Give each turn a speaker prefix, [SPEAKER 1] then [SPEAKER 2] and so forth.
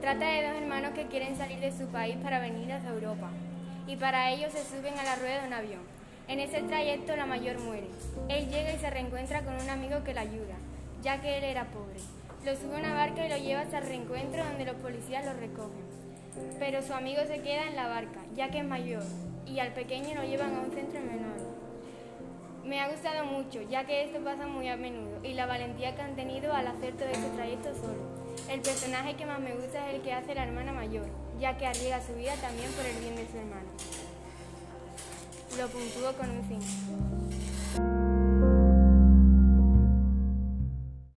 [SPEAKER 1] Trata de dos hermanos que quieren salir de su país para venir hacia Europa, y para ello se suben a la rueda de un avión. En ese trayecto la mayor muere. Él llega y se reencuentra con un amigo que le ayuda, ya que él era pobre. Lo sube a una barca y lo lleva hasta el reencuentro donde los policías lo recogen. Pero su amigo se queda en la barca, ya que es mayor, y al pequeño lo llevan a un centro de menores. Me ha gustado mucho, ya que esto pasa muy a menudo, y la valentía que han tenido al hacer todo ese trayecto solo. El personaje que más me gusta es el que hace la hermana mayor, ya que arriesga su vida también por el bien de su hermano. Lo puntúo con un 5.